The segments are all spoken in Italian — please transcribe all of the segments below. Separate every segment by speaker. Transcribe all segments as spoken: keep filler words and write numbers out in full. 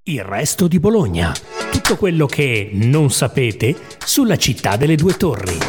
Speaker 1: Il resto di Bologna. Tutto quello che non sapete sulla città delle due torri.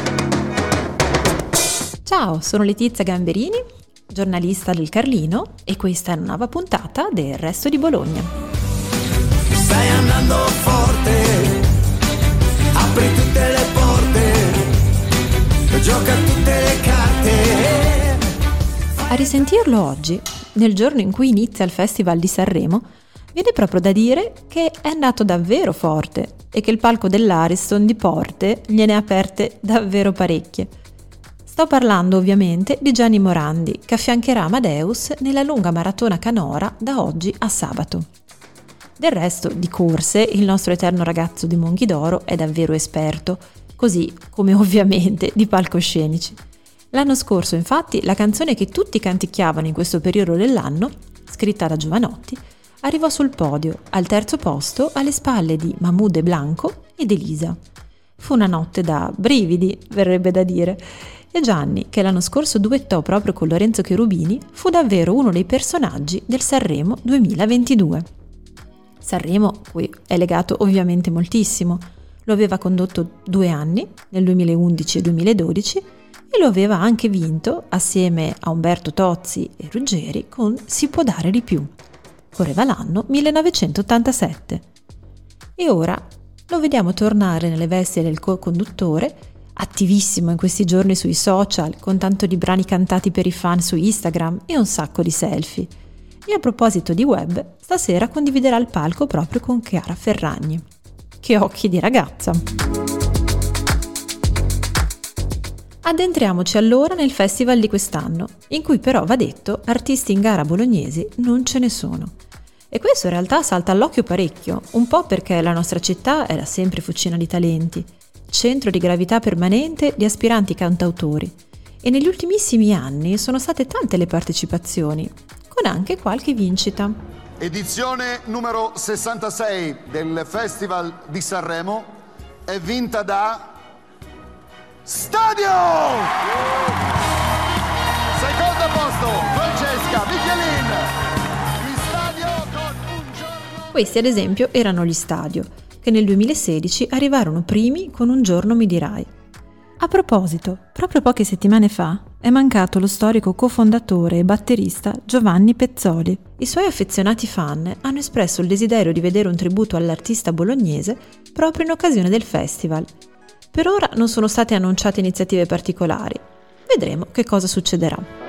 Speaker 2: Ciao, sono Letizia Gamberini, giornalista del Carlino, e questa è una nuova puntata del Resto di Bologna.
Speaker 3: Stai andando forte, apri tutte le porte, gioca tutte le carte.
Speaker 2: A risentirlo oggi, nel giorno in cui inizia il Festival di Sanremo, viene proprio da dire che è andato davvero forte e che il palco dell'Ariston di porte gliene ha aperte davvero parecchie. Sto parlando ovviamente di Gianni Morandi, che affiancherà Amadeus nella lunga maratona canora da oggi a sabato. Del resto, di corse, il nostro eterno ragazzo di Monghidoro è davvero esperto, così come ovviamente di palcoscenici. L'anno scorso, infatti, la canzone che tutti canticchiavano in questo periodo dell'anno, scritta da Giovanotti, arrivò sul podio, al terzo posto, alle spalle di Mahmood e Blanco ed Elisa. Fu una notte da brividi, verrebbe da dire, e Gianni, che l'anno scorso duettò proprio con Lorenzo Cherubini, fu davvero uno dei personaggi del Sanremo duemilaventidue. Sanremo, cui è legato ovviamente moltissimo, lo aveva condotto due anni, nel duemilaundici e duemiladodici, e lo aveva anche vinto, assieme a Umberto Tozzi e Ruggeri, con Si può dare di più. Correva l'anno millenovecentottantasette. E ora lo vediamo tornare nelle vesti del co-conduttore, attivissimo in questi giorni sui social, con tanto di brani cantati per i fan su Instagram e un sacco di selfie. E a proposito di web, stasera condividerà il palco proprio con Chiara Ferragni. Che occhi di ragazza! Addentriamoci allora nel festival di quest'anno, in cui però, va detto, artisti in gara bolognesi non ce ne sono. E questo in realtà salta all'occhio parecchio, un po' perché la nostra città è da sempre fucina di talenti, centro di gravità permanente di aspiranti cantautori, e negli ultimissimi anni sono state tante le partecipazioni, con anche qualche vincita.
Speaker 4: Edizione numero sessantasei del Festival di Sanremo è vinta da Stadio! Secondo posto Francesca Michelin.
Speaker 2: Questi ad esempio erano gli Stadio, che nel duemilasedici arrivarono primi con Un giorno mi dirai. A proposito, proprio poche settimane fa è mancato lo storico cofondatore e batterista Giovanni Pezzoli. I suoi affezionati fan hanno espresso il desiderio di vedere un tributo all'artista bolognese proprio in occasione del festival. Per ora non sono state annunciate iniziative particolari. Vedremo che cosa succederà.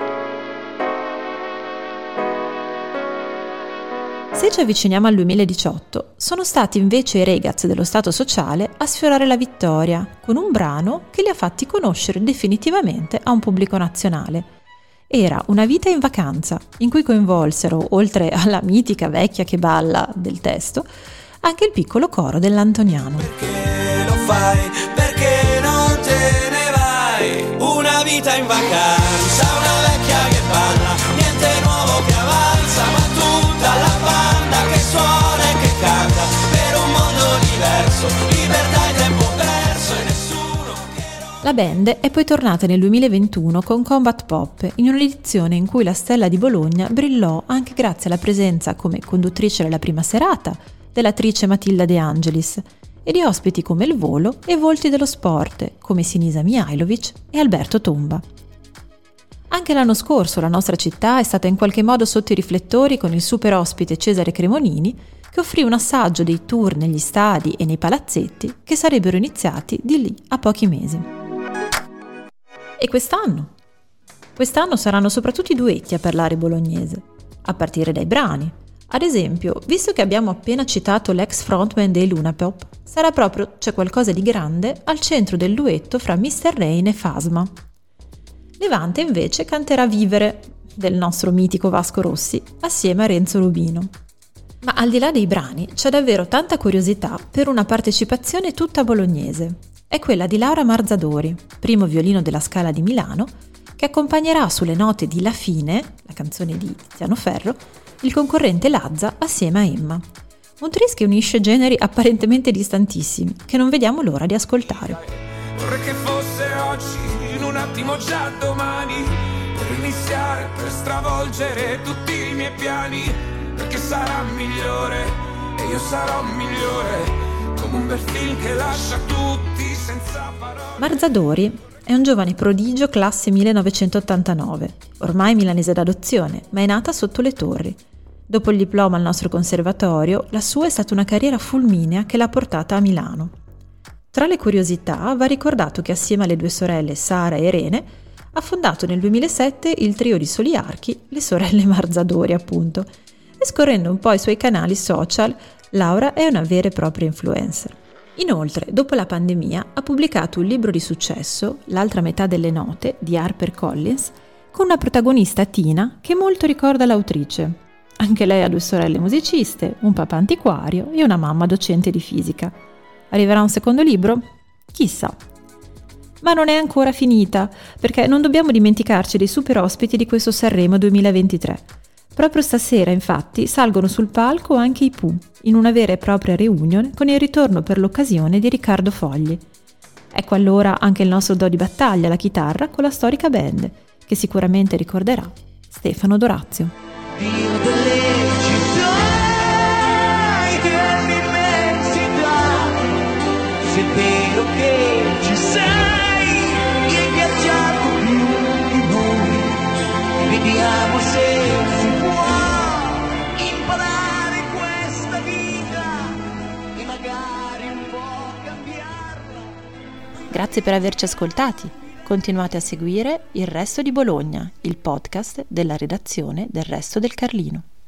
Speaker 2: Se ci avviciniamo al duemiladiciotto, sono stati invece i Regaz dello Stato Sociale a sfiorare la vittoria, con un brano che li ha fatti conoscere definitivamente a un pubblico nazionale. Era Una vita in vacanza, in cui coinvolsero, oltre alla mitica vecchia che balla del testo, anche il piccolo coro dell'Antoniano.
Speaker 3: Perché lo fai? Perché non te ne vai? Una vita in vacanza, una vecchia che balla, niente nuovo che avanza, ma tutta la banda che suona e che canta per un mondo diverso, libertà e tempo perso e nessuno che non...
Speaker 2: La band è poi tornata nel duemilaventuno con Combat Pop, in un'edizione in cui la stella di Bologna brillò anche grazie alla presenza come conduttrice della prima serata dell'attrice Matilda De Angelis e di ospiti come Il Volo e volti dello sport come Sinisa Mihajlovic e Alberto Tomba. Anche l'anno scorso la nostra città è stata in qualche modo sotto i riflettori con il super ospite Cesare Cremonini, che offrì un assaggio dei tour negli stadi e nei palazzetti che sarebbero iniziati di lì a pochi mesi. E quest'anno? Quest'anno saranno soprattutto i duetti a parlare bolognese, a partire dai brani. Ad esempio, visto che abbiamo appena citato l'ex frontman dei Lunapop, sarà proprio C'è qualcosa di grande al centro del duetto fra mister Rain e Fasma. Levante invece canterà Vivere, del nostro mitico Vasco Rossi, assieme a Renzo Rubino. Ma al di là dei brani c'è davvero tanta curiosità per una partecipazione tutta bolognese. È quella di Laura Marzadori, primo violino della Scala di Milano, che accompagnerà sulle note di La Fine, la canzone di Tiziano Ferro, il concorrente Lazza assieme a Emma. Un tris che unisce generi apparentemente distantissimi, che non vediamo l'ora di ascoltare.
Speaker 3: Vorrei che fosse oggi, in un attimo già domani, per iniziare, per stravolgere tutti i miei piani, perché sarà migliore e io sarò migliore, come un bel film che lascia tutti senza parole.
Speaker 2: Marzadori è un giovane prodigio classe millenovecentottantanove, ormai milanese d'adozione, ma è nata sotto le torri. Dopo il diploma al nostro conservatorio, la sua è stata una carriera fulminea che l'ha portata a Milano. Tra le curiosità va ricordato che assieme alle due sorelle Sara e Irene ha fondato nel duemilasette il trio di Soliarchi, le sorelle Marzadori appunto, e scorrendo un po' i suoi canali social, Laura è una vera e propria influencer. Inoltre, dopo la pandemia, ha pubblicato un libro di successo, L'altra metà delle note, di HarperCollins, con una protagonista Tina che molto ricorda l'autrice. Anche lei ha due sorelle musiciste, un papà antiquario e una mamma docente di fisica. Arriverà un secondo libro? Chissà. Ma non è ancora finita, perché non dobbiamo dimenticarci dei super ospiti di questo Sanremo duemilaventitré. Proprio stasera, infatti, salgono sul palco anche i Pooh, in una vera e propria reunion con il ritorno per l'occasione di Riccardo Fogli. Ecco allora anche il nostro do di battaglia alla chitarra con la storica band, che sicuramente ricorderà Stefano Dorazio.
Speaker 5: Dio delle città e dell'immensità, se è vero che ci sei, hai viaggiato più di noi, vediamo se si può imparare questa vita e magari un po' cambiarla.
Speaker 2: Grazie per averci ascoltati. Continuate a seguire Il Resto di Bologna, il podcast della redazione del Resto del Carlino.